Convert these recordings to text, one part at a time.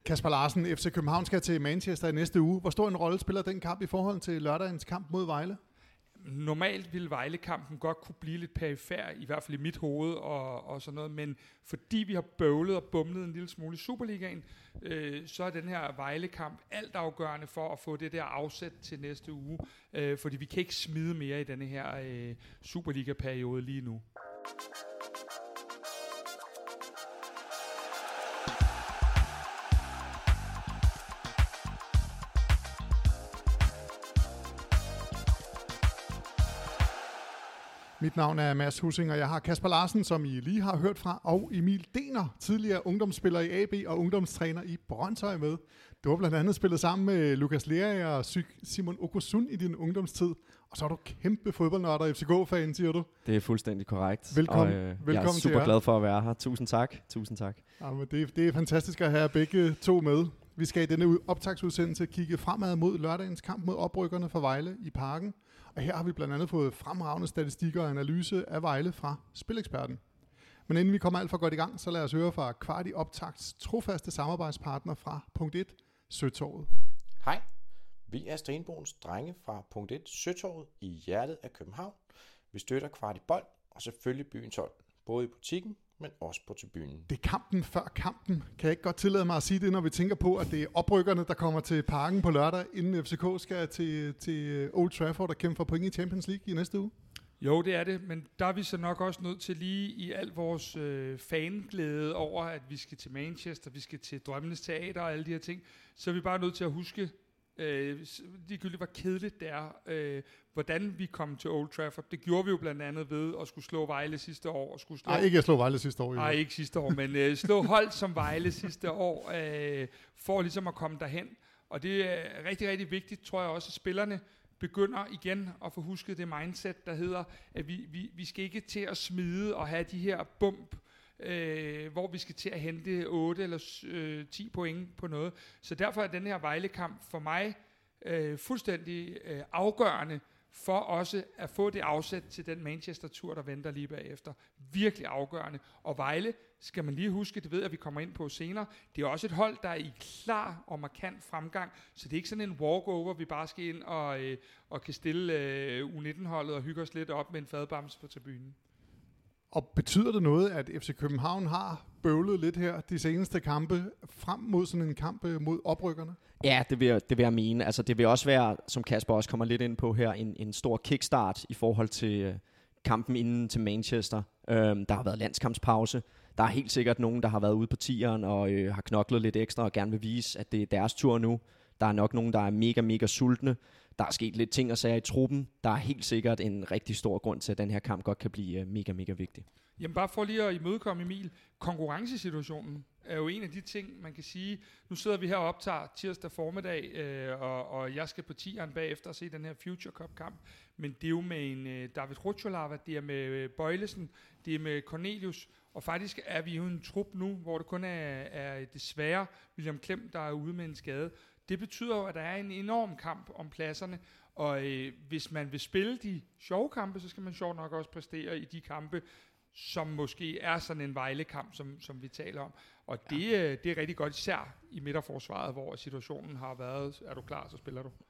Kasper Larsen, FC København skal til Manchester i næste uge. Hvor stor en rolle spiller den kamp i forhold til lørdagens kamp mod Vejle? Normalt ville Vejle-kampen godt kunne blive lidt perifær, i hvert fald i mit hoved og sådan noget, men fordi vi har bøvlet og bumlet en lille smule i Superligaen, så er den her Vejle-kamp altafgørende for at få det der afsæt til næste uge, fordi vi kan ikke smide mere i denne her Superliga-periode lige nu. Mit navn er Mads Hussing, og jeg har Kasper Larsen, som I lige har hørt fra, og Emil Dener, tidligere ungdomsspiller i AB og ungdomstræner i Brøndshøj med. Du har blandt andet spillet sammen med Lukas Lerager og Simon Okosun i din ungdomstid, og så er du kæmpe fodboldnørder og FCK-fan, siger du? Det er fuldstændig korrekt. Velkommen, velkommen jeg er super glad for at være her. Tusind tak. Ja, men det er fantastisk at have begge to med. Vi skal i denne optagsudsendelse kigge fremad mod lørdagens kamp mod oprykkerne fra Vejle i Parken. Og her har vi blandt andet fået fremragende statistikker og analyse af Vejle fra Spileksperten. Men inden vi kommer alt for godt i gang, så lad os høre fra Kvarti Optagts trofaste samarbejdspartner fra Punkt 1, Søtorvet. Hej, vi er Stenbogens drenge fra Punkt 1, Søtorvet i hjertet af København. Vi støtter Kvarti Bold og selvfølgelig byens hold, både i butikken, men også på tribunen. Det er kampen før kampen. Kan jeg ikke godt tillade mig at sige det, når vi tænker på, at det er oprykkerne, der kommer til Parken på lørdag, inden FCK skal til Old Trafford og kæmpe for point i Champions League i næste uge? Jo, det er det, men der er vi så nok også nødt til lige i al vores fanglæde over, at vi skal til Manchester, vi skal til Drømmenes Teater og alle de her ting, så er vi bare nødt til at huske, ligegyldigt hvor kedeligt det er, hvordan vi kom til Old Trafford. Det gjorde vi jo blandt andet ved at skulle slå Vejle sidste år. Nej, ikke at slå Vejle sidste år. Nej, ikke sidste år, men slå hold som Vejle sidste år, for ligesom at komme derhen. Og det er rigtig, rigtig vigtigt, tror jeg også, at spillerne begynder igen at få husket det mindset, der hedder, at vi skal ikke til at smide og have de her bump, hvor vi skal til at hente 8 eller 10 point på noget. Så derfor er den her Vejle-kamp for mig fuldstændig afgørende for også at få det afsæt til den Manchester-tur, der venter lige bagefter. Virkelig afgørende. Og Vejle, skal man lige huske, det ved jeg, at vi kommer ind på senere, det er også et hold, der er i klar og markant fremgang, så det er ikke sådan en walkover, vi bare skal ind og kan stille U19-holdet og hygge os lidt op med en fadbamse på tribunen. Og betyder det noget, at FC København har bøvlet lidt her de seneste kampe frem mod sådan en kamp mod oprykkerne? Ja, det vil jeg mene. Altså, det vil også være, som Kasper også kommer lidt ind på her, en stor kickstart i forhold til kampen inden til Manchester. Der har været landskampspause. Der er helt sikkert nogen, der har været ude på tieren og har knoklet lidt ekstra og gerne vil vise, at det er deres tur nu. Der er nok nogen, der er mega, mega sultne. Der er sket lidt ting og sager i truppen. Der er helt sikkert en rigtig stor grund til, at den her kamp godt kan blive mega, mega vigtig. Jamen bare for lige at imødekomme Emil, konkurrencesituationen er jo en af de ting, man kan sige. Nu sidder vi her og optager tirsdag formiddag, og jeg skal på tieren bagefter og se den her Future Cup-kamp. Men det er jo med en David Rucholava, det er med Bøjlesen, det er med Cornelius. Og faktisk er vi jo en trup nu, hvor det kun er desværre William Klem, der er ude med en skade. Det betyder jo, at der er en enorm kamp om pladserne, og hvis man vil spille de sjove kampe, så skal man sjovt nok også præstere i de kampe, som måske er sådan en Vejle-kamp, som vi taler om. Og det er rigtig godt, især i midterforsvaret, hvor situationen har været, er du klar, så spiller du.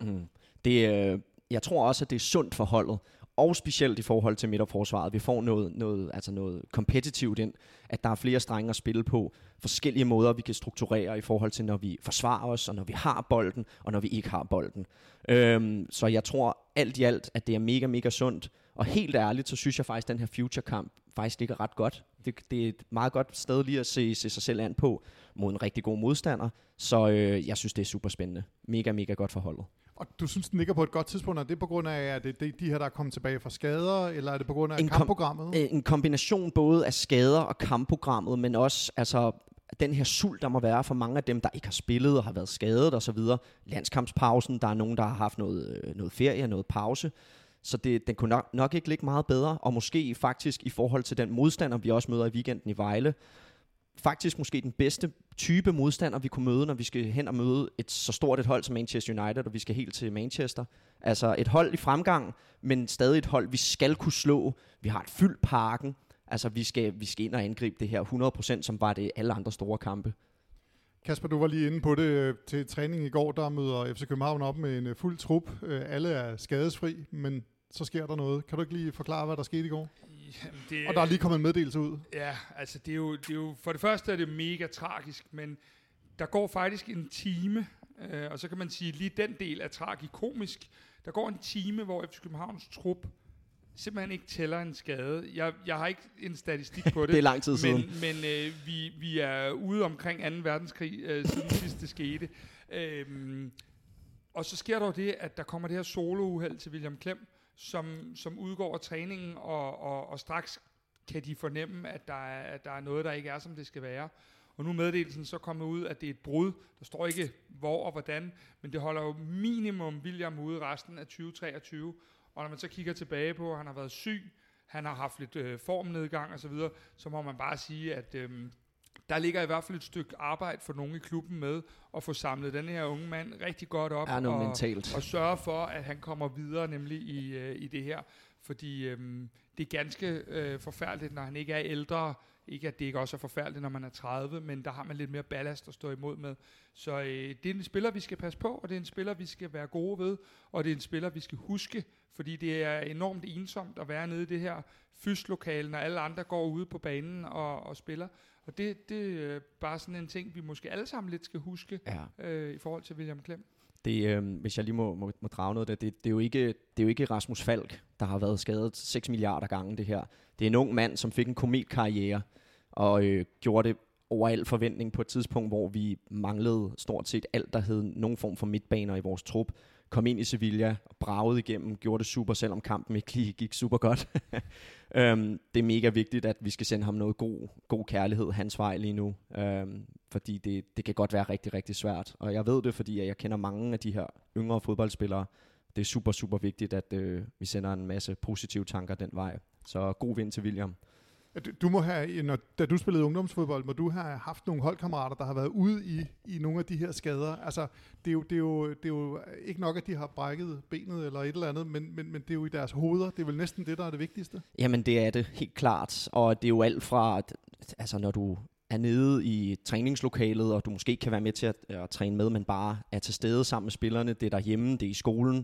Jeg tror også, at det er sundt for holdet, og specielt i forhold til midterforsvaret. Vi får noget kompetitivt ind, at der er flere strenge at spille på, forskellige måder, vi kan strukturere i forhold til, når vi forsvarer os, og når vi har bolden, og når vi ikke har bolden. Så jeg tror alt i alt, at det er mega, mega sundt. Og helt ærligt, så synes jeg faktisk, at den her Future-kamp faktisk ligger ret godt. Det er et meget godt sted lige at se sig selv an på mod en rigtig god modstander. Så jeg synes, det er super spændende. Mega, mega godt for holdet. Og du synes, den ligger på et godt tidspunkt, er det på grund af, at det er de her, der er kommet tilbage fra skader, eller er det på grund af kampprogrammet? En kombination både af skader og kampprogrammet, men også altså, den her sult, der må være for mange af dem, der ikke har spillet og har været skadet osv. Landskampspausen, der er nogen, der har haft noget ferie, noget pause. Så den kunne nok ikke ligge meget bedre, og måske faktisk i forhold til den modstander, vi også møder i weekenden i Vejle, faktisk måske den bedste type modstander, vi kunne møde, når vi skal hen og møde et så stort et hold som Manchester United, og vi skal helt til Manchester. Altså et hold i fremgang, men stadig et hold, vi skal kunne slå. Vi har et fyldt Parken. Altså vi skal ind og angribe det her 100%, som var det alle andre store kampe. Kasper, du var lige inde på det til træning i går, der møder FC København op med en fuld trup. Alle er skadesfri, men så sker der noget. Kan du ikke lige forklare, hvad der skete i går? Jamen, og der er lige kommet en meddelelse ud. Ja, altså det er jo for det første er det mega tragisk, men der går faktisk en time, og så kan man sige, lige den del er tragikomisk. Der går en time, hvor FC Københavns trup simpelthen ikke tæller en skade. Jeg har ikke en statistik på det. Det er lang tid siden. Men vi er ude omkring 2. verdenskrig, siden sidst det skete. Og så sker der jo det, at der kommer det her solouheld til William Klem, som udgår af træningen, og straks kan de fornemme, at der er noget, der ikke er, som det skal være. Og nu er meddelelsen så kommet ud, at det er et brud. Der står ikke hvor og hvordan, men det holder jo minimum William ude resten af 2023. Og når man så kigger tilbage på, at han har været syg, han har haft lidt formnedgang osv., så må man bare sige, at der ligger i hvert fald et stykke arbejde for nogen i klubben med at få samlet den her unge mand rigtig godt op og sørge for, at han kommer videre nemlig i det her. Fordi det er ganske forfærdeligt, når han ikke er ældre. Ikke at det ikke også er forfærdeligt, når man er 30, men der har man lidt mere ballast at stå imod med. Så det er en spiller, vi skal passe på, og det er en spiller, vi skal være gode ved, og det er en spiller, vi skal huske, fordi det er enormt ensomt at være nede i det her fyslokale, når alle andre går ude på banen og spiller. Og det er bare sådan en ting, vi måske alle sammen lidt skal huske i forhold til William Klem. Det, hvis jeg lige må drage noget af det, det er jo ikke Rasmus Falk, der har været skadet 6 milliarder gange det her. Det er en ung mand, som fik en kometkarriere og gjorde det over al forventning på et tidspunkt, hvor vi manglede stort set alt, der hed nogen form for midtbaner i vores trup. Kom ind i Sevilla og bragede igennem, gjorde det super, selvom kampen ikke lige gik super godt. Det er mega vigtigt, at vi skal sende ham noget god kærlighed hans vej lige nu, fordi det kan godt være rigtig, rigtig svært. Og jeg ved det, fordi jeg kender mange af de her yngre fodboldspillere. Det er super, super vigtigt, at vi sender en masse positive tanker den vej. Så god vind til William. Du må have, da du spillede ungdomsfodbold, må du have haft nogle holdkammerater, der har været ude i nogle af de her skader. Altså, det er jo ikke nok, at de har brækket benet eller et eller andet, men det er jo i deres hoveder. Det er vel næsten det, der er det vigtigste? Jamen, det er det, helt klart. Og det er jo alt fra, altså når du er nede i træningslokalet, og du måske kan være med til at træne med, men bare er til stede sammen med spillerne. Det er derhjemme, det er i skolen.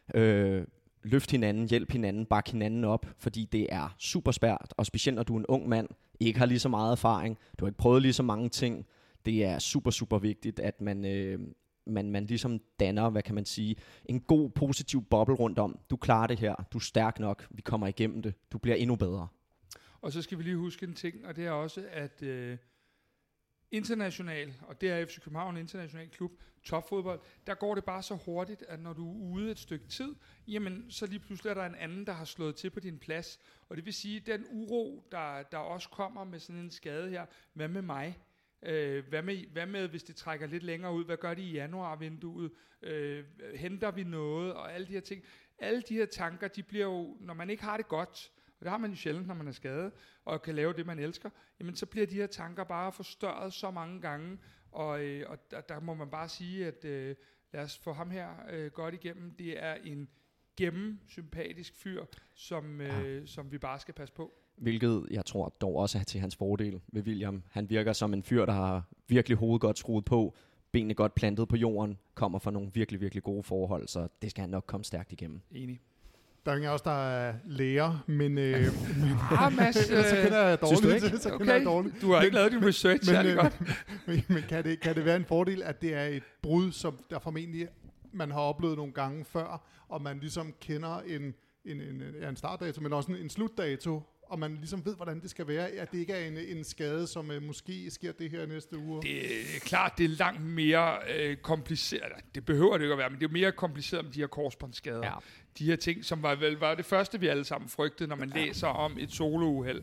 Løft hinanden, hjælp hinanden, bakke hinanden op, fordi det er super svært, og specielt når du er en ung mand, ikke har lige så meget erfaring, du har ikke prøvet lige så mange ting. Det er super, super vigtigt, at man ligesom danner, hvad kan man sige, en god, positiv boble rundt om. Du klarer det her, du er stærk nok, vi kommer igennem det, du bliver endnu bedre. Og så skal vi lige huske en ting, og det er også, at international, og det er FC København international klub, topfodbold, der går det bare så hurtigt, at når du er ude et stykke tid, jamen så lige pludselig er der en anden, der har slået til på din plads. Og det vil sige, den uro, der også kommer med sådan en skade her, hvad med mig? Hvad med, hvis det trækker lidt længere ud? Hvad gør de i januarvinduet? Henter vi noget? Og alle de her ting. Alle de her tanker, de bliver jo, når man ikke har det godt, og det har man jo sjældent, når man er skadet, og kan lave det, man elsker, jamen så bliver de her tanker bare forstørret så mange gange, og der må man bare sige, at lad os få ham her godt igennem. Det er en gennemsympatisk fyr, som vi bare skal passe på. Hvilket jeg tror dog også er til hans fordel ved William. Han virker som en fyr, der har virkelig hovedet godt skruet på, benene godt plantet på jorden, kommer fra nogle virkelig, virkelig gode forhold, så det skal han nok komme stærkt igennem. Enig. Der er ingen af os, der er læger, men Mads, så kender jeg dårligt. Okay. Du har ikke lavet din research særlig godt. Men kan det være en fordel, at det er et brud, som der formentlig man har oplevet nogle gange før, og man ligesom kender en startdato, men også en slutdato, og man ligesom ved, hvordan det skal være, at det ikke er en skade, som måske sker det her næste uge? Det er klart, det er langt mere kompliceret. Det behøver det ikke at være, men det er mere kompliceret med de her korsbåndsskader. Ja. De her ting, som var det første, vi alle sammen frygtede, når man læser om et solouheld.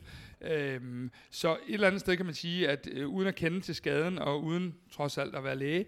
Så et eller andet sted kan man sige, at uden at kende til skaden, og uden trods alt at være læge,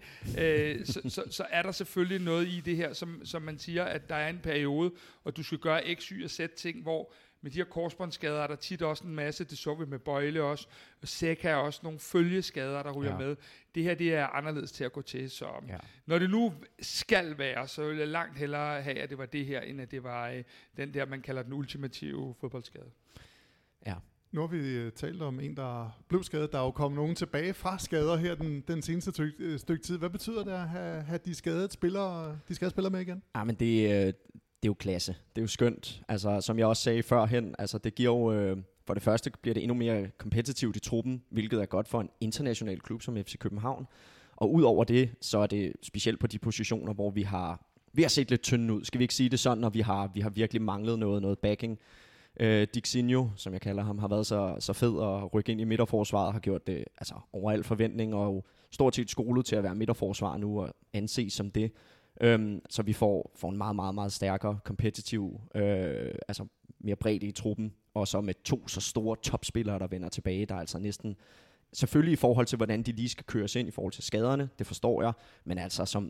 så er der selvfølgelig noget i det her, som man siger, at der er en periode, og du skal gøre X, Y og Z ting, hvor med de her korsbåndsskader er der tit også en masse, det så vi med Bøjle også, og Sæk er også nogle følgeskader, der ryger med. Det her, det er anderledes til at gå til, så når det nu skal være, så vil jeg langt hellere have, at det var det her, end at det var den der, man kalder den ultimative fodboldskade. Ja. Nu har vi talt om en, der blev skadet. Der er jo kommet nogen tilbage fra skader her den seneste stykke tid. Hvad betyder det at have de skadede spillere med igen? Ja, men det er jo klasse. Det er jo skønt. Altså, som jeg også sagde førhen, altså, det giver jo... For det første bliver det endnu mere kompetitivt i truppen, hvilket er godt for en international klub som FC København. Og ud over det, så er det specielt på de positioner, hvor vi har set lidt tynde ud. Skal vi ikke sige det sådan, når vi har virkelig manglet noget backing. Dixinho, som jeg kalder ham, har været så fed at rykke ind i midterforsvaret, har gjort det altså over al forventning, og stort set skolet til at være midterforsvar nu og anses som det. Så vi får en meget, meget, meget stærkere, kompetitiv, altså mere bredde i truppen, og så med 2 så store topspillere, der vender tilbage, der er altså næsten, selvfølgelig i forhold til, hvordan de lige skal køres ind i forhold til skaderne, det forstår jeg, men altså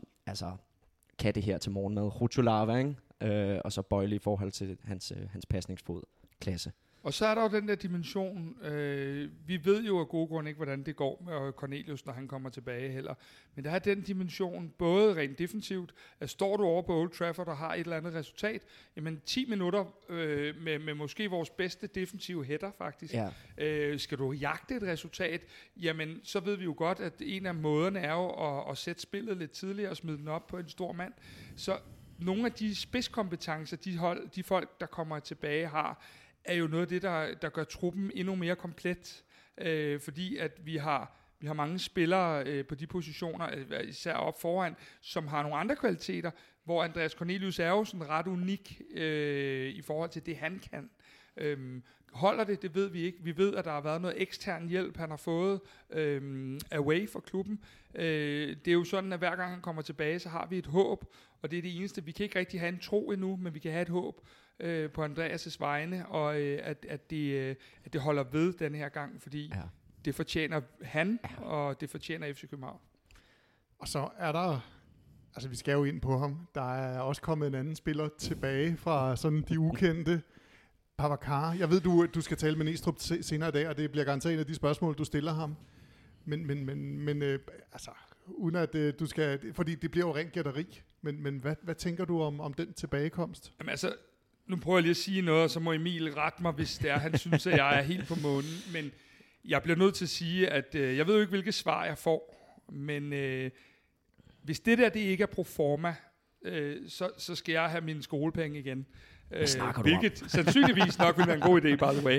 kan det her til morgenmad, Rucholava, ikke? Og så Bøjle i forhold til hans pasningsfod. Klasse. Og så er der jo den der dimension, vi ved jo af gode grunde ikke, hvordan det går med Cornelius, når han kommer tilbage heller. Men der er den dimension, både rent defensivt, at står du over på Old Trafford og har et eller andet resultat, jamen 10 minutter med måske vores bedste defensive header faktisk. Ja. Skal du jagte et resultat, jamen så ved vi jo godt, at en af måderne er jo at sætte spillet lidt tidligere og smide den op på en stor mand. Så nogle af de spidskompetencer, de folk, der kommer tilbage, er jo noget af det, der gør truppen endnu mere komplet. Fordi at vi har mange spillere på de positioner, især op foran, som har nogle andre kvaliteter, hvor Andreas Cornelius er jo sådan ret unik i forhold til det, han kan. Holder det ved vi ikke. Vi ved, at der har været noget ekstern hjælp, han har fået away fra klubben. Det er jo sådan, at hver gang han kommer tilbage, så har vi et håb, og det er det eneste. Vi kan ikke rigtig have en tro endnu, men vi kan have et håb på Andreas' vegne, og at det holder ved denne her gang, fordi det fortjener han, og det fortjener FC København. Og så er der, altså vi skal jo ind på ham, der er også kommet en anden spiller tilbage fra sådan de ukendte, Pavakar. Jeg ved, du skal tale med Næstrup senere i dag, og det bliver garanteret en af de spørgsmål, du stiller ham. Men altså, uden at du skal, fordi det bliver jo rent gætteri. Men hvad tænker du om den tilbagekomst? Jamen altså, nu prøver jeg lige at sige noget, og så må Emil rette mig, hvis det er, han synes, at jeg er helt på månen. Men jeg bliver nødt til at sige, at jeg ved jo ikke, hvilke svar jeg får. Men hvis det der, det ikke er proforma, så skal jeg have mine skolepenge igen. Hvilket sandsynligvis nok vil være en god idé, by the way.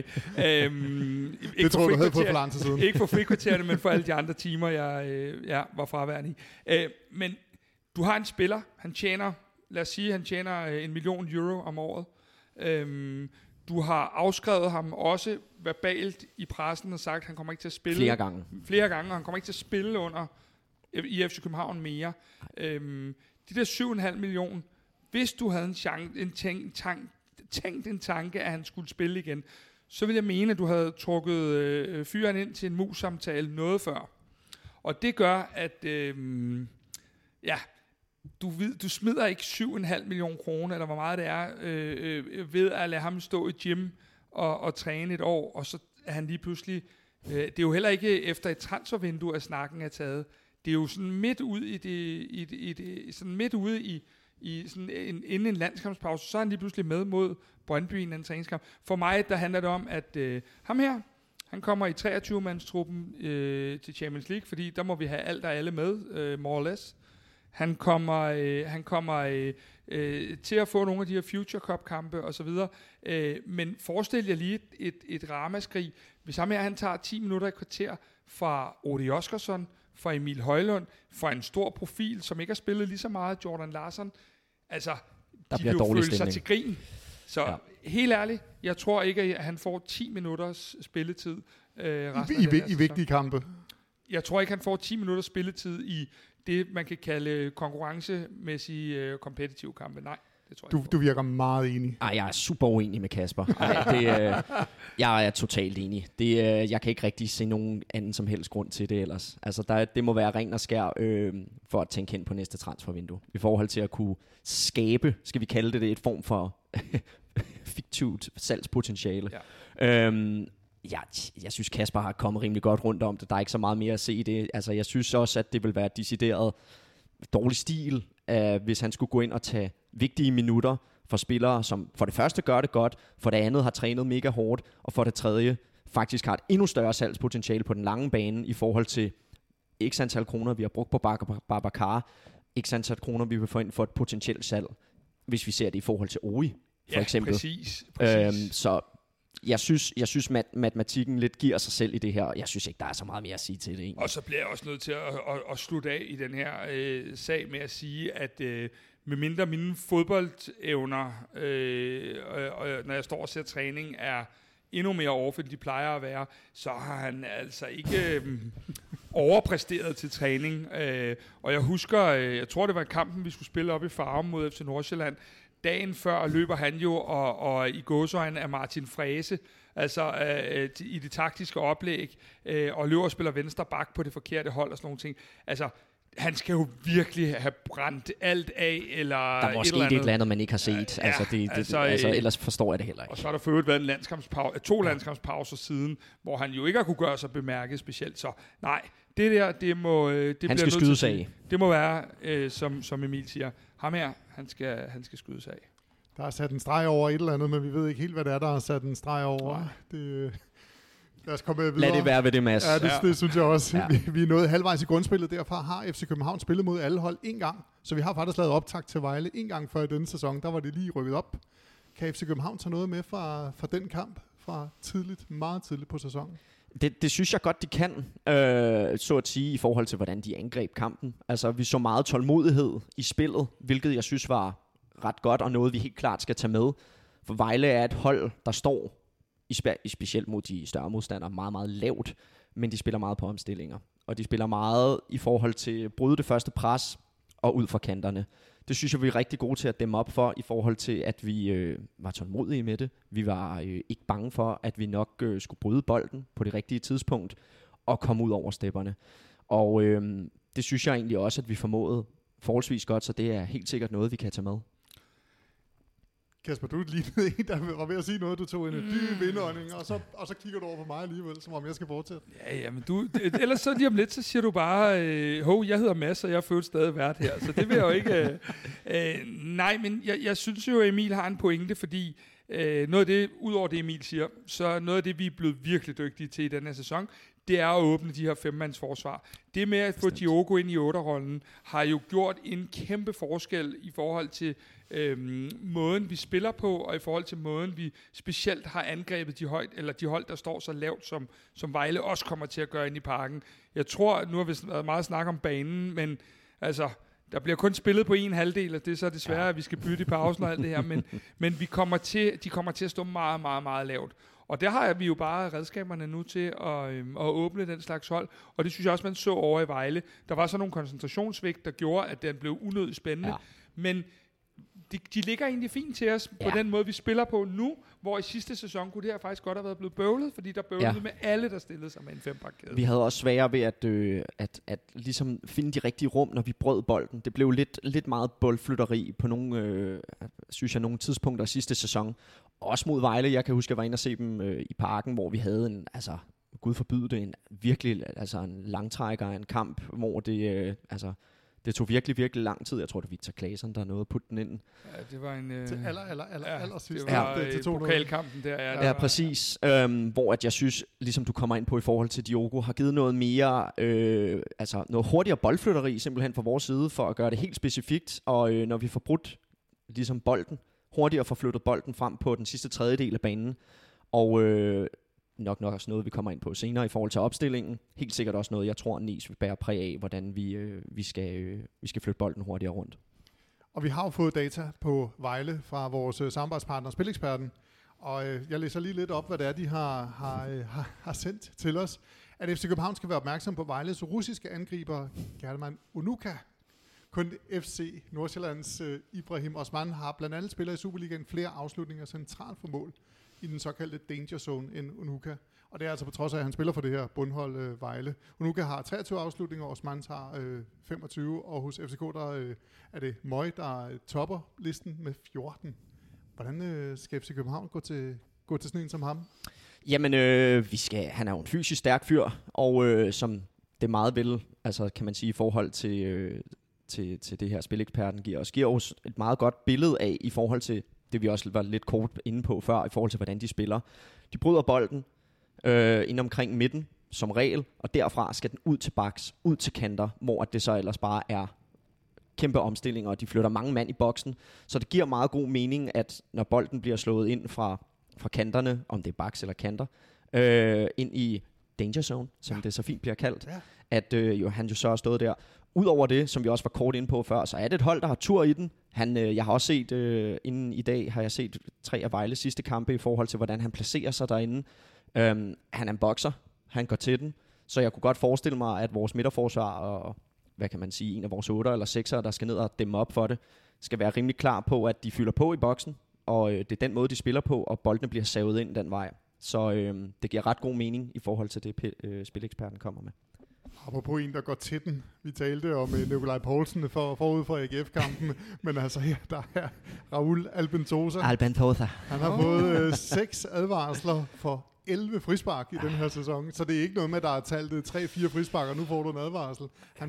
Det tror du havde fået for lang tid siden. Ikke for frikvartererne, men for alle de andre timer, jeg var fraværende i. Men du har en spiller, han tjener, lad os sige, han tjener 1 million euro om året. Du har afskrevet ham også verbalt i pressen og sagt, at han kommer ikke til at spille. Flere gange, og han kommer ikke til at spille under i FC København mere. De der 7,5 millioner, hvis du havde tænkt en tanke, at han skulle spille igen, så vil jeg mene, at du havde trukket fyren ind til en mus-samtale noget før. Og det gør, at du smider ikke 7,5 millioner kroner, eller hvor meget det er, ved at lade ham stå i gym og træne et år, og så er han lige pludselig... det er jo heller ikke efter et transfervindue, at snakken er taget. Det er jo sådan midt ude i sådan inden en landskampspause, så er han lige pludselig med mod Brøndby i en anden træningskamp. For mig, der handler det om, at ham her, han kommer i 23-mandstruppen til Champions League, fordi der må vi have alt og alle med, more or less. Han kommer til at få nogle af de her Future Cup-kampe osv. Men forestil jer lige et ramaskrig. Hvis ham her, han tager 10 minutter i kvarter fra Odi Oskarsson, fra Emil Højlund, fra en stor profil, som ikke har spillet lige så meget, Jordan Larsen. Altså, der de vil jo føle sig til grin. Så ja. Helt ærligt, jeg tror ikke, at han får 10 minutters spilletid i vigtige kampe. Jeg tror ikke, han får 10 minutters spilletid i det, man kan kalde konkurrencemæssige kompetitive kampe. Nej, det tror jeg du virker meget enig. Ej, jeg er super uenig med Kasper. Jeg er totalt enig. Jeg kan ikke rigtig se nogen anden som helst grund til det ellers. Altså, det må være ren og skær for at tænke hen på næste transfervindue. I forhold til at kunne skabe, skal vi kalde det et form for fiktivt salgspotentiale. Ja. Jeg synes, Kasper har kommet rimelig godt rundt om det. Der er ikke så meget mere at se i det. Altså, jeg synes også, at det vil være decideret dårlig stil, hvis han skulle gå ind og tage vigtige minutter for spillere, som for det første gør det godt, for det andet har trænet mega hårdt, og for det tredje faktisk har et endnu større salgspotentiale på den lange bane i forhold til x antal kroner, vi har brugt på Babacar, x antal kroner, vi vil få ind for et potentielt salg, hvis vi ser det i forhold til OI, for eksempel. Præcis. Så jeg synes matematikken lidt giver sig selv i det her, og jeg synes ikke, der er så meget mere at sige til det egentlig. Og så bliver jeg også nødt til at slutte af i den her sag med at sige, at medmindre mine fodboldevner, når jeg står og ser træning, er endnu mere overfor, end de plejer at være, så har han altså ikke overpræsteret til træning. Og jeg husker, jeg tror det var kampen, vi skulle spille op i Farum mod FC Nordsjælland. Dagen før løber han jo og i gåseøjne af Martin Frese, altså i det taktiske oplæg, og løber og spiller venstre bak på det forkerte hold og sådan nogle ting. Altså, han skal jo virkelig have brændt alt af, eller der må sket et eller andet, man ikke har set. Ellers forstår jeg det heller ikke. Og så har der for øvrigt været to landskampspauser siden, hvor han jo ikke har kunne gøre sig bemærket specielt. Så nej, det der, han skal skydes af. Det må være, som Emil siger, ham her, han skal skydes af. Der er sat en streg over et eller andet, men vi ved ikke helt, hvad det er, der har sat en streg over. Lad os komme videre. Lad det være ved det, Mads. Ja, det synes jeg også. Ja. Vi er nået halvvejs i grundspillet. Derfra har FC København spillet mod alle hold en gang. Så vi har faktisk lavet optakt til Vejle en gang før i denne sæson. Der var det lige rykket op. Kan FC København tage noget med fra den kamp fra meget tidligt på sæsonen? Det synes jeg godt, de kan, så at sige, i forhold til, hvordan de angreb kampen. Altså, vi så meget tålmodighed i spillet, hvilket jeg synes var ret godt, og noget, vi helt klart skal tage med. For Vejle er et hold, der står, specielt mod de større modstandere, meget, meget lavt, men de spiller meget på omstillinger. Og de spiller meget i forhold til at bryde det første pres og ud fra kanterne. Det synes jeg, vi er rigtig gode til at dæmme op for, i forhold til, at vi var tålmodige med det. Vi var ikke bange for, at vi nok skulle bryde bolden på det rigtige tidspunkt og komme ud over stepperne. Og det synes jeg egentlig også, at vi formåede forholdsvis godt, så det er helt sikkert noget, vi kan tage med. Kasper, du lignede en, der var ved at sige noget, du tog en dyb indånding, og så kigger du over på mig alligevel, som om jeg skal fortsætte. Ja, men ellers så lige om lidt, så siger du bare, jeg hedder Mads, og jeg er født stadig vært her, så det vil jeg jo ikke... nej, men jeg synes jo, at Emil har en pointe, fordi noget af det, udover det Emil siger, så noget af det, vi er blevet virkelig dygtige til i den her sæson, det er at åbne de her 5-mandsforsvar. Det med at få Diogo ind i 8-rollen, har jo gjort en kæmpe forskel i forhold til måden, vi spiller på, og i forhold til måden, vi specielt har angrebet de hold, der står så lavt, som Vejle også kommer til at gøre ind i Parken. Jeg tror, nu har vi været meget snak om banen, men altså... Der bliver kun spillet på en halvdel, og det er så desværre, at vi skal bytte i pausen og alt det her, men de kommer til at stå meget, meget, meget lavt. Og der har vi jo bare redskaberne nu til at åbne den slags hold, og det synes jeg også, man så over i Vejle. Der var så nogle koncentrationsvægt, der gjorde, at den blev unødigt spændende, men de ligger egentlig fint til os på den måde, vi spiller på nu, hvor i sidste sæson kunne det her faktisk godt have været blevet bøvlet, fordi der bøvlede med alle, der stillede sig med en 5-bakkæde. Vi havde også sværere ved at ligesom finde de rigtige rum, når vi brød bolden. Det blev lidt meget boldflytteri på nogle, synes jeg, nogle tidspunkter sidste sæson. Også mod Vejle. Jeg kan huske, jeg var inde og se dem i Parken, hvor vi havde en, altså Gud forbyde det, en langtrækker, en kamp, hvor det, det tog virkelig, virkelig lang tid. Jeg tror, det var Victor Claesson, der nåede at putte den ind. Ja, det var en... til aller sidst. Det var pokalkampen der. Ja, præcis. Hvor at jeg synes, ligesom du kommer ind på i forhold til Diogo, har givet noget mere, noget hurtigere boldflytteri simpelthen fra vores side, for at gøre det helt specifikt. Og når vi får brudt ligesom bolden, hurtigere får flyttet bolden frem på den sidste tredjedel af banen. Og nok også noget, vi kommer ind på senere i forhold til opstillingen. Helt sikkert også noget, jeg tror, Nice vil bære præg af, hvordan vi skal flytte bolden hurtigere rundt. Og vi har jo fået data på Vejle fra vores samarbejdspartner Spileksperten, og jeg læser lige lidt op, hvad det er, de har sendt til os. At FC København skal være opmærksom på Vejles russiske angriber, German Unuka. Kun FC Nordsjællands Ibrahim Osman har blandt andet spillet i Superligaen flere afslutninger centralt for mål i den såkaldte danger zone end Unuka. Og det er altså på trods af, at han spiller for det her bundhold Vejle. Unuka har 23 afslutninger, og Osman har 25, og hos FCK der er det Møj, der topper listen med 14. Hvordan skal FC København gå til sådan en som ham? Jamen, han er jo en fysisk stærk fyr, og som det meget vel, altså kan man sige, i forhold til det her Spileksperten giver os et meget godt billede af, i forhold til det vi også var lidt kort inde på før, i forhold til hvordan de spiller. De bryder bolden, ind omkring midten som regel, og derfra skal den ud til backs, ud til kanter, hvor det så ellers bare er kæmpe omstillinger, og de flytter mange mand i boksen. Så det giver meget god mening, at når bolden bliver slået ind fra kanterne, om det er backs eller kanter, ind i danger zone, som det så fint bliver kaldt, at han jo så har stået der. Udover det, som vi også var kort inde på før, så er det et hold, der har tur i den. Jeg har også set, inden i dag, har jeg set 3 af Vejles sidste kampe i forhold til, hvordan han placerer sig derinde. Han er en bokser, han går til den, så jeg kunne godt forestille mig, at vores midterforsvar og, hvad kan man sige, en af vores 8'er eller 6'er, der skal ned og dæmme op for det, skal være rimelig klar på, at de fylder på i boksen, og det er den måde, de spiller på, og boldene bliver savet ind den vej. Så det giver ret god mening i forhold til det, spileksperten kommer med. Apropos en, der går til den. Vi talte om Nikolaj Poulsen forud for AGF-kampen, men altså her, der er Raúl Albentosa. Han har fået 6 advarsler for 11 frispark i den her sæson, så det er ikke noget med, at der er talt 3-4 frispark, og nu får du en advarsel. Han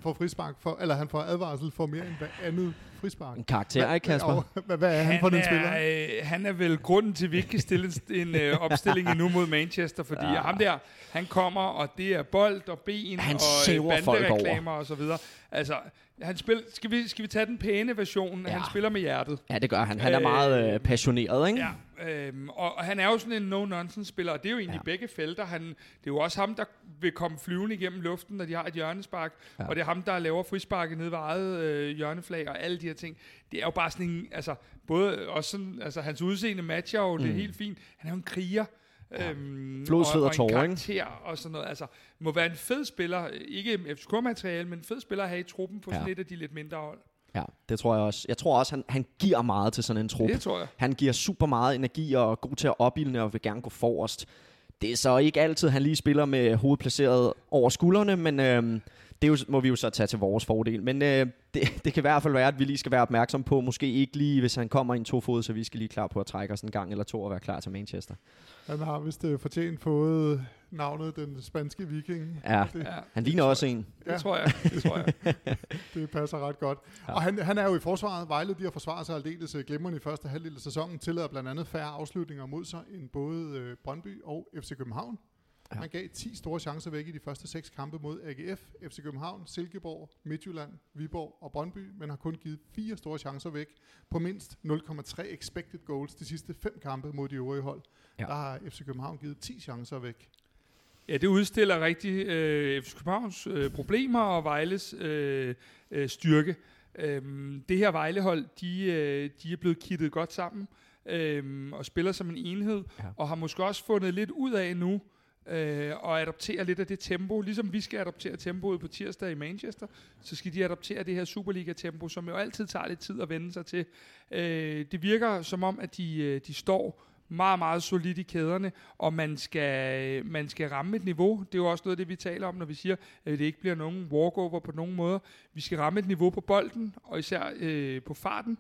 får advarsel for mere end hver andet frispark. En karakter, ikke Kasper? Hvad er han for den spiller? Han er vel grunden til, at vi ikke kan stille en opstilling endnu mod Manchester, fordi ham der, han kommer, og det er bold og ben han og bandereklamer og så videre. Altså, han skal vi tage den pæne version? Ja. Han spiller med hjertet. Ja, det gør han. Han er meget passioneret, ikke? Ja. Og han er jo sådan en no-nonsense-spiller, og det er jo egentlig begge felter. Det er jo også ham, der vil komme flyvende igennem luften, når de har et hjørnespark, og det er ham, der laver frisparket ned ved eget hjørneflag, og alle de her ting. Det er jo bare sådan en, altså, både også sådan, altså, hans udseende matcher jo, det er helt fint. Han er jo en kriger. Flodsved og tårer, en karakter og sådan noget. Altså, må være en fed spiller, ikke FCK-materiale, men en fed spiller at have i truppen på sådan et af de lidt mindre hold. Ja, det tror jeg også. Jeg tror også, han giver meget til sådan en trup. Det tror jeg. Han giver super meget energi og er god til at opildne og vil gerne gå forrest. Det er så ikke altid, han lige spiller med hovedet placeret over skuldrene, men det må vi jo så tage til vores fordel. Men det kan i hvert fald være, at vi lige skal være opmærksom på, måske ikke lige, hvis han kommer i en 2-fod, så vi skal lige klar på at trække os en gang eller 2 og være klar til Manchester. Han har vist fortjent fået navnet den spanske viking. Ja, han ligner også en. Det tror jeg. Det passer ret godt. Ja. Og han er jo i forsvaret. Vejle, de har forsvaret sig aldeles glimrende i første halvdel af sæsonen, tillader blandt andet færre afslutninger mod sig end både Brøndby og FC København. Ja. Han gav 10 store chancer væk i de første 6 kampe mod AGF, FC København, Silkeborg, Midtjylland, Viborg og Brøndby, men har kun givet 4 store chancer væk på mindst 0,3 expected goals de sidste 5 kampe mod de øvrige hold. Ja. Der har FC København givet 10 chancer væk. Ja, det udstiller rigtig FC Københavns problemer og Vejles styrke. Det her Vejlehold, de er blevet kittet godt sammen og spiller som en enhed, og har måske også fundet lidt ud af nu, og adoptere lidt af det tempo. Ligesom vi skal adoptere tempoet på tirsdag i Manchester, så skal de adoptere det her Superliga-tempo, som jo altid tager lidt tid at vende sig til. Det virker som om, at de står meget, meget solidt i kæderne, og man skal ramme et niveau. Det er jo også noget af det, vi taler om, når vi siger, at det ikke bliver nogen walkover på nogen måder. Vi skal ramme et niveau på bolden, og især på farten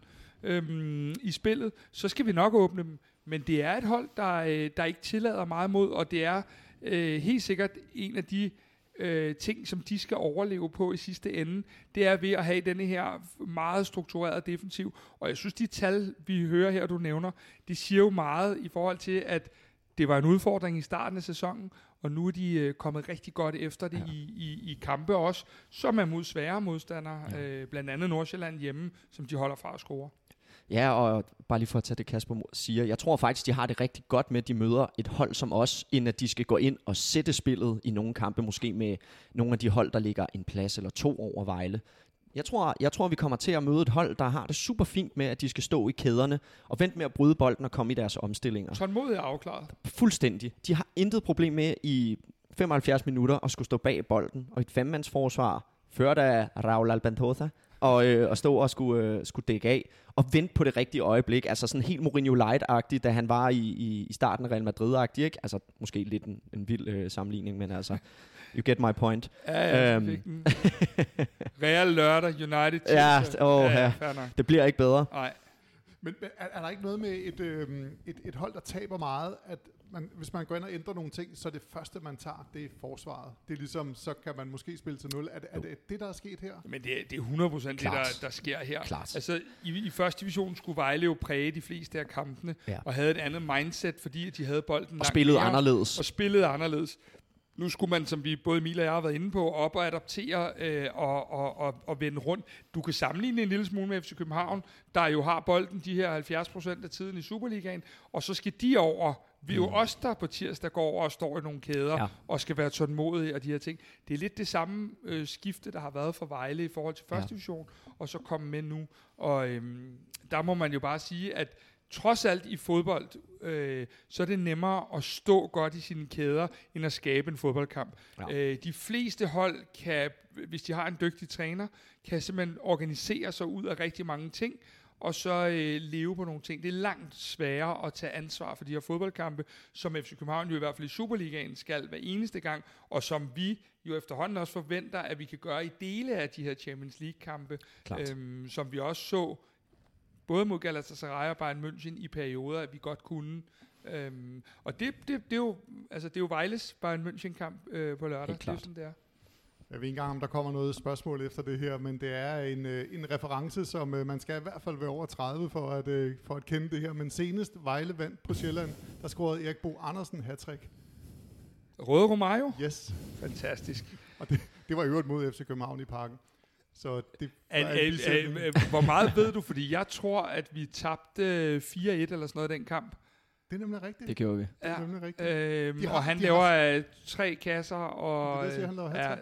i spillet. Så skal vi nok åbne dem. Men det er et hold, der ikke tillader meget mod, og det er helt sikkert en af de ting, som de skal overleve på i sidste ende. Det er ved at have denne her meget strukturerede defensiv. Og jeg synes, de tal, vi hører her, du nævner, det siger jo meget i forhold til, at det var en udfordring i starten af sæsonen, og nu er de kommet rigtig godt efter det i kampe også, som er mod svære modstandere, blandt andet Nordsjælland hjemme, som de holder fra at score. Ja, og bare lige for at tage det, Kasper siger, jeg tror faktisk, de har det rigtig godt med, at de møder et hold som os, inden at de skal gå ind og sætte spillet i nogle kampe, måske med nogle af de hold, der ligger en plads eller 2 over Vejle. Jeg tror, vi kommer til at møde et hold, der har det super fint med, at de skal stå i kæderne og vente med at bryde bolden og komme i deres omstillinger. Tålmodigt afklaret. Fuldstændig. De har intet problem med i 75 minutter at skulle stå bag bolden, og et 5-mandsforsvar ført af Raúl Albentosa, og stå og skulle dække af og vente på det rigtige øjeblik. Altså sådan helt Mourinho Light-agtigt, da han var i starten af Real Madrid-agtigt, ikke? Altså måske lidt en vild sammenligning, men altså you get my point. Ja, Real lørdag, United. Det bliver ikke bedre. Nej. Men er der ikke noget med et hold, der taber meget, at hvis man går ind og ændrer nogle ting, så det første, man tager, det er forsvaret. Det er ligesom, så kan man måske spille til 0. Er det, der er sket her? Men det er 100% det, der sker her. Klart. Altså, i første division skulle Vejle jo præge de fleste af kampene, og havde et andet mindset, fordi de havde bolden og spillede anderledes. Nu skulle man, som vi både Emil og jeg har været inde på, op og adaptere og vende rundt. Du kan sammenligne en lille smule med FC København, der jo har bolden de her 70% af tiden i Superligaen, og så skal de over. Vi er jo også der på tirsdag går over og står i nogle kæder og skal være tålmodige og de her ting. Det er lidt det samme skifte, der har været for Vejle i forhold til første division, og så komme med nu. Og der må man jo bare sige, at trods alt i fodbold, så er det nemmere at stå godt i sine kæder, end at skabe en fodboldkamp. Ja. De fleste hold kan, hvis de har en dygtig træner, kan simpelthen organisere sig ud af rigtig mange ting, og så leve på nogle ting. Det er langt sværere at tage ansvar for de her fodboldkampe, som FC København jo i hvert fald i Superligaen skal hver eneste gang, og som vi jo efterhånden også forventer, at vi kan gøre i dele af de her Champions League-kampe, som vi også så både mod Galatasaray og Bayern München i perioder, at vi godt kunne. Og det er jo Vejles Bayern München-kamp på lørdag. Det er sådan, det er. Jeg ved ikke engang, om der kommer noget spørgsmål efter det her, men det er en reference, som man skal i hvert fald være over 30 for at kende det her. Men senest Vejle vandt på Sjælland, der scorede Erik Bo Andersen hat-trick. Røde Romario? Yes. Fantastisk. Og det var i øvrigt mod FC København i Parken. Så det hvor meget ved du? Fordi jeg tror, at vi tabte 4-1 eller sådan noget i den kamp. Det er nemlig rigtigt. Det gjorde vi. Det er nemlig rigtigt. Og han laver 3 kasser. Og det siger, han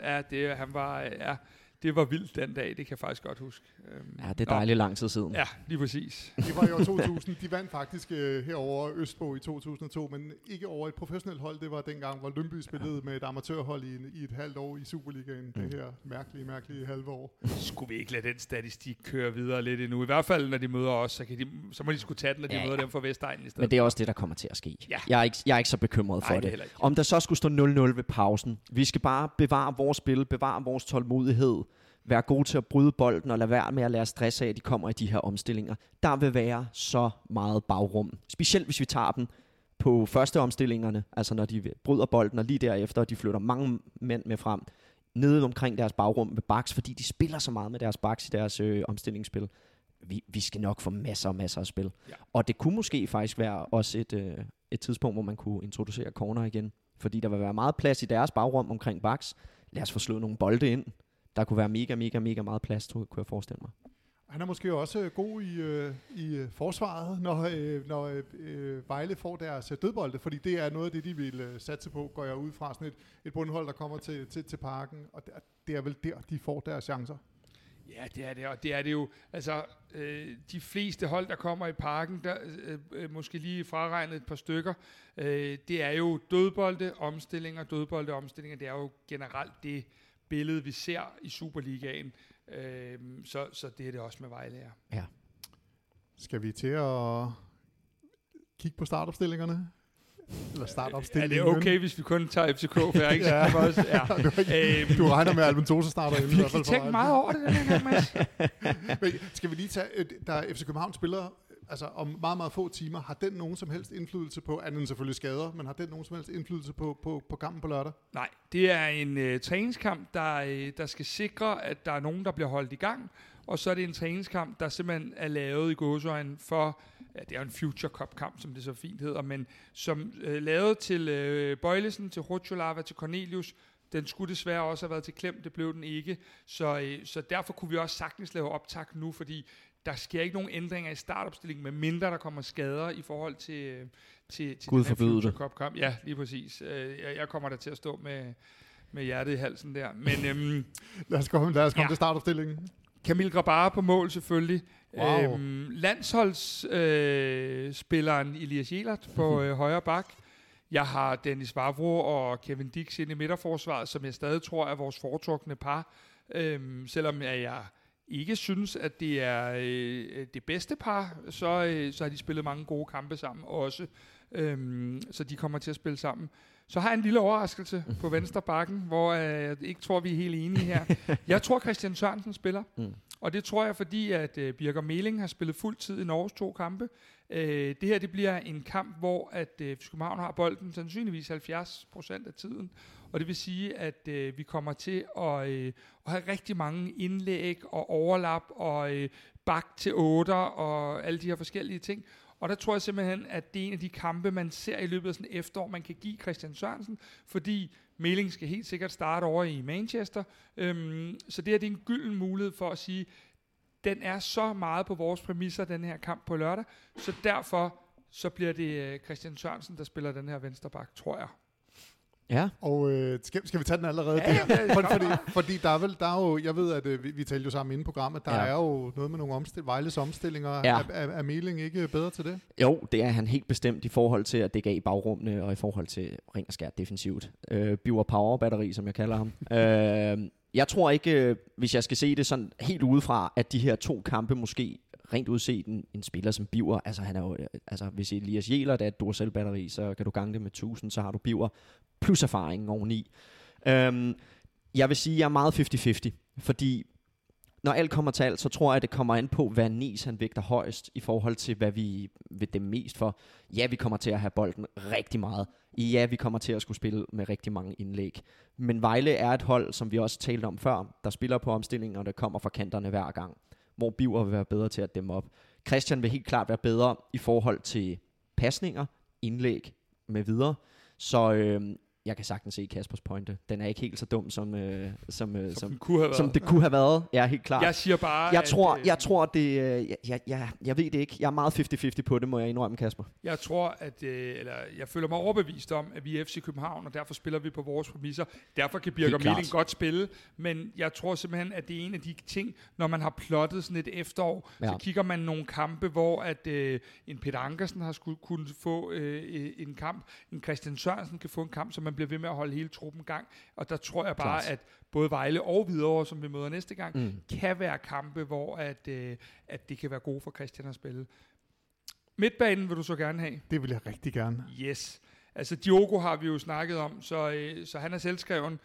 laver det var vildt den dag, det kan jeg faktisk godt huske. Ja, det er dejligt lang tid siden. Ja, lige præcis. Det var i år 2000. De vandt faktisk herover Østbo i 2002, men ikke over et professionelt hold. Det var dengang, hvor Lyngby spillede med et amatørhold i et halvt år i Superligaen. Det her mærkelige halve år. Skulle vi ikke lade den statistik køre videre lidt endnu? I hvert fald, når de møder os, så må de skulle tage den, når de møder dem fra Vestegnen i stedet. Men det er også det, der kommer til at ske. Ja. Jeg er ikke så bekymret for det. Om der så skulle stå 0-0 ved pausen. Vi skal bare bevare vores spil, bevare vores tålmodighed, være gode til at bryde bolden og lade være med at lade stress af, at de kommer i de her omstillinger. Der vil være så meget bagrum. Specielt hvis vi tager dem på første omstillingerne, altså når de bryder bolden, og lige derefter, de flytter mange mænd med frem, nede omkring deres bagrum med backs, fordi de spiller så meget med deres backs i deres omstillingsspil. Vi skal nok få masser og masser af spil. Ja. Og det kunne måske faktisk være også et tidspunkt, hvor man kunne introducere corner igen, fordi der vil være meget plads i deres bagrum omkring backs. Lad os få slået nogle bolde ind. Der kunne være mega meget plads, kunne jeg forestille mig. Han er måske også god i forsvaret, når Vejle får deres dødbolde, fordi det er noget af det, de vil satse på, går jeg ud fra sådan et bundhold, der kommer til Parken, og det er vel der, de får deres chancer. Ja, det er det, og det er det jo. Altså, de fleste hold, der kommer i Parken, der måske lige fraregnet et par stykker, det er jo dødbolde, omstillinger. Det er jo generelt det billede, vi ser i Superligaen. Så det er det også med Vejle. Ja. Skal vi til at kigge på startopstillingerne? Eller startopstillingen? Er det okay, hvis vi kun tager FCK? For jeg ikke også, du regner med, at Albentosa starter inden. Jeg har tænkt meget over det den gang, Mads. Skal vi lige tage, der FC København spiller altså om meget, meget få timer, har den nogen som helst indflydelse på, andet end selvfølgelig skader, men har den nogen som helst indflydelse på kampen på lørdag? Nej, det er en træningskamp, der skal sikre, at der er nogen, der bliver holdt i gang, og så er det en træningskamp, der simpelthen er lavet i gåseøjne for, det er en Future Cup-kamp, som det så fint hedder, men som lavet til Bøjlesen, til Rutscholava, til Cornelius. Den skulle desværre også have været til Klem, det blev den ikke, så derfor kunne vi også sagtens lave optag nu, fordi der sker ikke nogen ændringer i startopstillingen, med mindre der kommer skader i forhold til Gud forbyde det. Cup-kamp. Ja, lige præcis. Jeg kommer der til at stå med hjertet i halsen der. Men lad os komme til startopstillingen. Kamil Grabara på mål selvfølgelig. Wow. Landsholdsspilleren Elias Jelert på højre bak. Jeg har Dennis Vavro og Kevin Dix inde i midterforsvaret, som jeg stadig tror er vores foretrukne par. Selvom jeg ikke synes, at det er det bedste par, så har de spillet mange gode kampe sammen også. Så de kommer til at spille sammen. Så har jeg en lille overraskelse på venstre bakken, hvor jeg ikke tror, vi er helt enige her. Jeg tror, Christian Sørensen spiller. Og det tror jeg, fordi at Birger Meling har spillet fuld tid i Norges 2 kampe. Det her det bliver en kamp, hvor at København har bolden sandsynligvis 70% af tiden. Og det vil sige, at vi kommer til at have rigtig mange indlæg og overlap og bak til 8 og alle de her forskellige ting. Og der tror jeg simpelthen, at det er en af de kampe, man ser i løbet af sådan et efterår, man kan give Christian Sørensen, fordi Meling skal helt sikkert starte over i Manchester. Så det her det er en gylden mulighed for at sige, den er så meget på vores præmisser, den her kamp på lørdag, så derfor så bliver det Christian Sørensen, der spiller den her vensterbak, tror jeg. Ja. Og skal vi tage den allerede? Ja, fordi der er jo, jeg ved, at vi talte jo sammen inde i programmet, der er jo noget med nogle Vejles omstillinger. Ja. Er Meling ikke bedre til det? Jo, det er han helt bestemt i forhold til at dække af i bagrummene, og i forhold til ring og skær defensivt. Biver Power-batteri, som jeg kalder ham. Jeg tror ikke, hvis jeg skal se det sådan helt udefra, at de her 2 kampe måske rent udset en spiller som Biver, altså han er jo, altså hvis Elias Jæler er et Duracell-batteri, så kan du gange det med 1000, så har du Biver plus erfaringen oveni. Jeg vil sige, at jeg er meget 50-50, fordi når alt kommer til alt, så tror jeg, at det kommer an på, hvad Nies han vægter højst i forhold til, hvad vi vil dem mest for. Ja, vi kommer til at have bolden rigtig meget. Ja, vi kommer til at skulle spille med rigtig mange indlæg. Men Vejle er et hold, som vi også talte om før, der spiller på omstillinger, der kommer fra kanterne hver gang, hvor Biver vil være bedre til at dæmme op. Christian vil helt klart være bedre i forhold til pasninger, indlæg med videre. Så jeg kan sagtens se Kaspers pointe. Den er ikke helt så dum, som det kunne have været. Ja, helt klart. Jeg siger bare... Jeg tror det... Jeg ved det ikke. Jeg er meget 50-50 på det, må jeg indrømme, Kasper. Jeg tror, jeg føler mig overbevist om, at vi er FC København, og derfor spiller vi på vores præmisser. Derfor kan Birger Meling godt spille, men jeg tror simpelthen, at det er en af de ting, når man har plottet sådan et efterår, så kigger man nogle kampe, hvor at en Peter Ankersen har kunne få en kamp, en Christian Sørensen kan få en kamp, så man bliver ved med at holde hele truppen gang. Og der tror jeg bare, at både Vejle og Hvidovre, som vi møder næste gang, kan være kampe, hvor at det kan være gode for Christian at spille. Midtbanen vil du så gerne have? Det vil jeg rigtig gerne. Yes. Altså Diogo har vi jo snakket om, så han er selvskreven.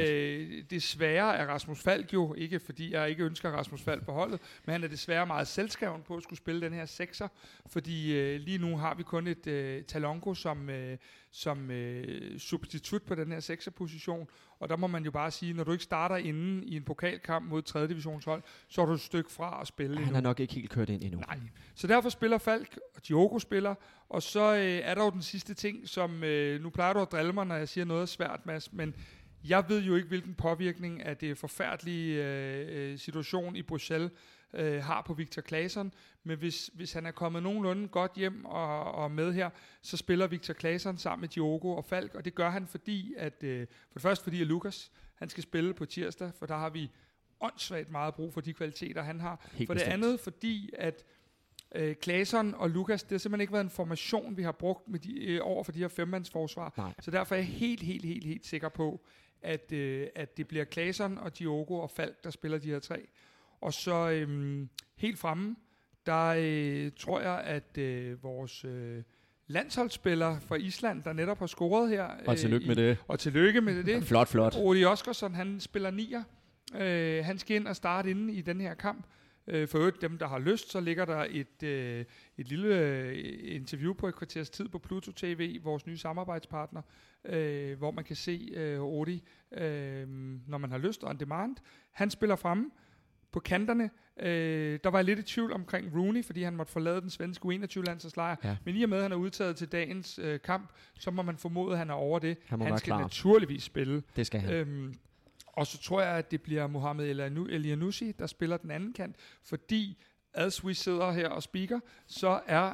Desværre er Rasmus Falk jo, ikke fordi jeg ikke ønsker Rasmus Falk på holdet, men han er desværre meget selvskreven på at skulle spille den her 6'er, fordi lige nu har vi kun et Talonko som substitut på den her 6'er-position, og der må man jo bare sige, når du ikke starter inde i en pokalkamp mod 3. divisionshold, så er du et stykke fra at spille endnu. Han er nok ikke helt kørt ind endnu. Nej. Så derfor spiller Falk, og Diogo spiller, og så er der jo den sidste ting, som nu plejer du at drille mig, når jeg siger noget svært, Mads, men jeg ved jo ikke, hvilken påvirkning af det forfærdelige situation i Bruxelles har på Victor Claesson, men hvis han er kommet nogenlunde godt hjem og med her, så spiller Victor Claesson sammen med Diogo og Falk, og det gør han fordi, at for det første fordi, at Lukas, han skal spille på tirsdag, for der har vi åndssvagt meget brug for de kvaliteter, han har. Helt for det andet fordi, at Claesson og Lukas, det har simpelthen ikke været en formation, vi har brugt med over for de her femmandsforsvar. Nej. Så derfor er jeg helt sikker på, at det bliver Claesson og Diogo og Falk, der spiller de her 3. Og så helt fremme, der tror jeg, at vores landsholdsspiller fra Island, der netop har scoret her. Og tillykke med det. Og tillykke med det. Flot. Rudi Oskarsson, han spiller 9'er. Han skal ind og starte inde i den her kamp. For øvrigt, dem der har lyst, så ligger der et lille interview på et kvarters tid på Pluto TV, vores nye samarbejdspartner, hvor man kan se Rudi, når man har lyst, on demand. Han spiller fremme på kanterne. Der var jeg lidt i tvivl omkring Rooney, fordi han måtte forlade den svenske U21-landsholdslejr. Ja. Men i og med, at han er udtaget til dagens kamp, så må man formode, at han er over det. Han skal naturligvis spille. Det skal han. Og så tror jeg, at det bliver Mohamed Elianousi, der spiller den anden kant, fordi as we sidder her og speaker, så er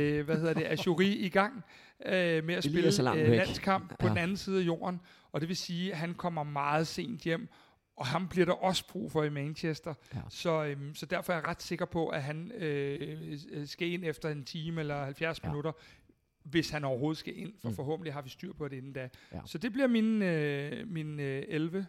Achouri i gang med at spille landskamp på den anden side af jorden. Og det vil sige, at han kommer meget sent hjem, og ham bliver der også brug for i Manchester. Ja. Så derfor er jeg ret sikker på, at han skal ind efter en time eller 70 minutter, hvis han overhovedet skal ind, for forhåbentlig har vi styr på det inden da. Ja. Så det bliver min 11.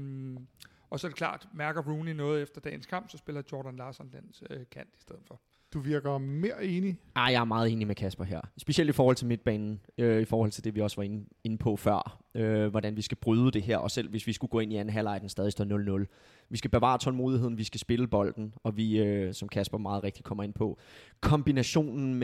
Og så er det klart, mærker Rooney noget efter dagens kamp, så spiller Jordan Larsson den kant i stedet for. Du virker mere enig. Jeg er meget enig med Kasper her. Specielt i forhold til midtbanen, i forhold til det, vi også var inde på før. Hvordan vi skal bryde det her, og selv hvis vi skulle gå ind i anden halvleg, den stadig står 0-0. Vi skal bevare tålmodigheden, vi skal spille bolden, og vi, som Kasper meget rigtigt kommer ind på, kombinationen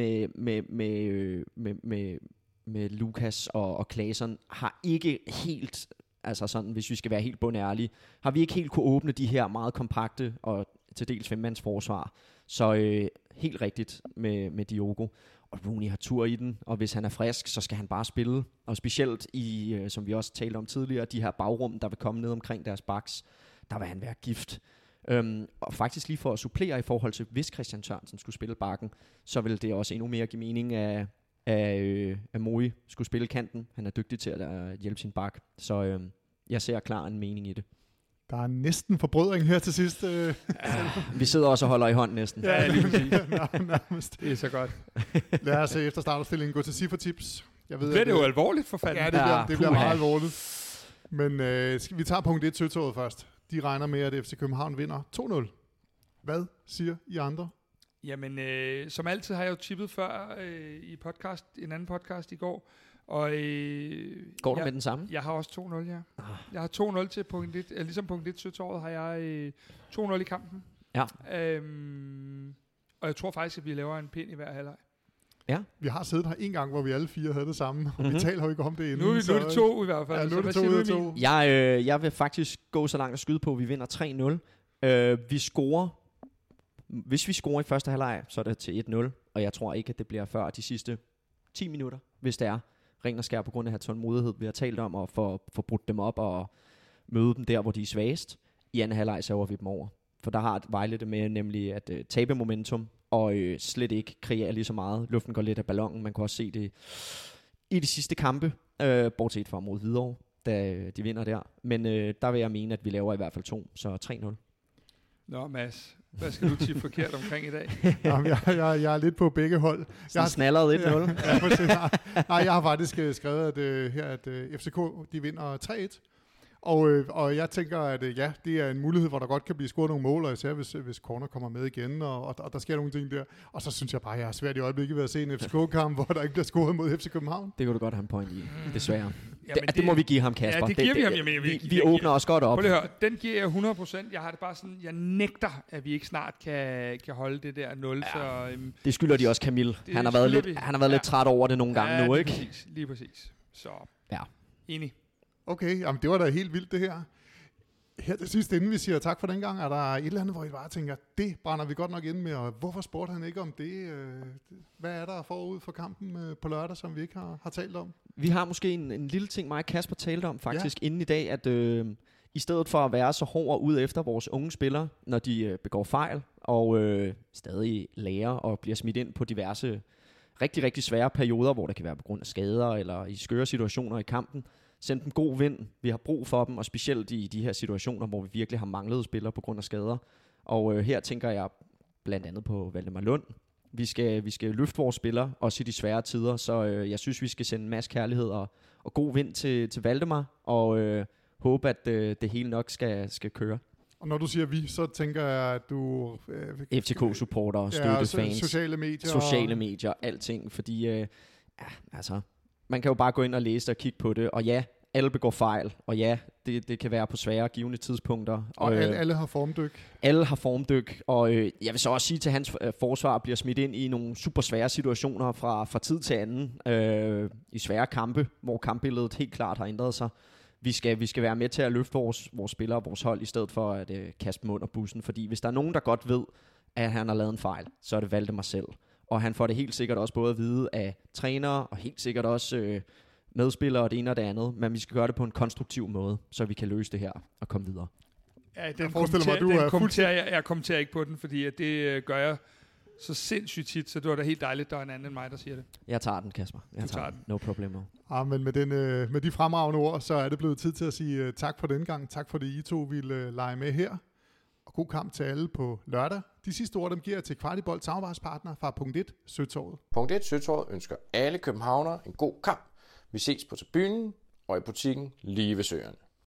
med Lukas og Claesson har ikke helt, altså sådan, hvis vi skal være helt bundærlige, har vi ikke helt kunne åbne de her meget kompakte og til dels femmandsforsvar. Så helt rigtigt med Diogo. Og Rooney har tur i den, og hvis han er frisk, så skal han bare spille. Og specielt i, som vi også talte om tidligere, de her bagrum, der vil komme ned omkring deres baks, der vil han være gift. Og faktisk lige for at supplere i forhold til, hvis Christian Sørensen skulle spille bakken, så vil det også endnu mere give mening at Moi skulle spille kanten. Han er dygtig til at hjælpe sin bak. Så jeg ser klar en mening i det. Der er næsten forbrødring her til sidst. Vi sidder også og holder i hånden næsten. Ja, lige præcis. Nærmest. Det er så godt. Lad os efter startopstillingen gå til cifretips. Jeg ved, Det er jo alvorligt for fanden. Ja, det bliver meget alvorligt. Men vi tager punkt 1, Søtåret først. De regner med, at FC København vinder 2-0. Hvad siger I andre? Jamen, som altid har jeg jo tippet før i en anden podcast i går. Og, går du med den samme? Jeg har også 2-0, ja. Jeg har 2-0 til punkt 1. Ligesom punkt 1 Søtåret har jeg 2-0 i kampen. Ja. Og jeg tror faktisk, at vi laver en pind i hver halvleg. Ja. Vi har siddet her en gang, hvor vi alle fire havde det samme, og vi taler jo ikke om det inden. Nu er det 2 i hvert fald. Ja, nu er det 2 ud af 2. Jeg vil faktisk gå så langt at skyde på, at vi vinder 3-0. Vi scorer. Hvis vi scorer i første halvleg, så er det til 1-0, og jeg tror ikke, at det bliver før de sidste 10 minutter, hvis det er. Ren og skær på grund af at have tålmodighed, vi har talt om, og få brudt dem op og møde dem der, hvor de er svagest. I anden halvleg server vi dem over. For der har Vejle det med nemlig at tabe momentum, og slet ikke kreere lige så meget. Luften går lidt af ballonen. Man kan også se det i de sidste kampe, bortset fra mod Hvidovre, da de vinder der. Men der vil jeg mene, at vi laver i hvert fald 2, så 3-0. Nå, Mads. Hvad skal du tippe forkert omkring i dag? Jamen, jeg er lidt på begge hold. Jeg har snallet 1-0. Nej, jeg har faktisk skrevet at FCK de vinder 3-1. Og jeg tænker, at ja, det er en mulighed, hvor der godt kan blive scoret nogle mål, og især hvis corner kommer med igen, og der sker nogle ting der. Og så synes jeg bare, at jeg er svært i øjeblikket ved at se en FCK-kamp, hvor der ikke bliver scoret mod FC København. Det kunne du godt have en point i, desværre. Det må vi give ham, Kasper. Ja, det giver vi ham. Vi åbner os godt op. Prøv lige at høre, den giver jeg 100%. Jeg har det bare sådan, jeg nægter, at vi ikke snart kan holde det der 0. Ja, så, det skylder de også Camille. Han har været lidt træt over det nogle gange nu, ikke? Lige præcis. Så ja. Enig. Okay, jamen det var da helt vildt det her. Her til sidst, inden vi siger tak for den gang, er der et eller andet, hvor I bare tænker, det brænder vi godt nok ind med, og hvorfor spurgte han ikke om det? Hvad er der forud for kampen på lørdag, som vi ikke har talt om? Vi har måske en lille ting, mig og Kasper talte om faktisk inden i dag, at i stedet for at være så hård ud efter vores unge spillere, når de begår fejl, og stadig lærer og bliver smidt ind på diverse rigtig, rigtig svære perioder, hvor der kan være på grund af skader eller i skøre situationer i kampen, send dem god vind. Vi har brug for dem, og specielt i de her situationer, hvor vi virkelig har manglet spillere på grund af skader. Og her tænker jeg blandt andet på Valdemar Lund. Vi skal løfte vores spillere, også i de svære tider, så jeg synes, vi skal sende en masse kærlighed og god vind til Valdemar, og håbe, at det hele nok skal køre. Og når du siger vi, så tænker jeg, at du... FCK-supporter, støttefans, sociale medier, alting, fordi man kan jo bare gå ind og læse det og kigge på det, og ja, alle begår fejl, og ja, det kan være på svære, givende tidspunkter. Og alle har formdyk. Alle har formdyk, og jeg vil så også sige til hans forsvar bliver smidt ind i nogle super svære situationer fra tid til anden, i svære kampe, hvor kampbilledet helt klart har ændret sig. Vi skal være med til at løfte vores spillere og vores hold, i stedet for at kaste dem under bussen, fordi hvis der er nogen, der godt ved, at han har lavet en fejl, så er det Valdemar selv. Og han får det helt sikkert også både at vide af trænere, og helt sikkert også medspillere og det ene og det andet. Men vi skal gøre det på en konstruktiv måde, så vi kan løse det her og komme videre. Ja, jeg kommenterer ikke på den, fordi at det gør jeg så sindssygt tit, så det var da helt dejligt, der er en anden end mig, der siger det. Jeg tager den, Kasper. Jeg tager den. No problem. Ja, men med de fremragende ord, så er det blevet tid til at sige tak for denne gang. Tak for det, I to ville lege med her. Og god kamp til alle på lørdag. De sidste ord, dem giver jeg til Kvartibolt samarbejdspartner fra punkt 1, Søtåret. Punkt 1, Søtåret ønsker alle københavnere en god kamp. Vi ses på tribunen og i butikken lige ved Søerne.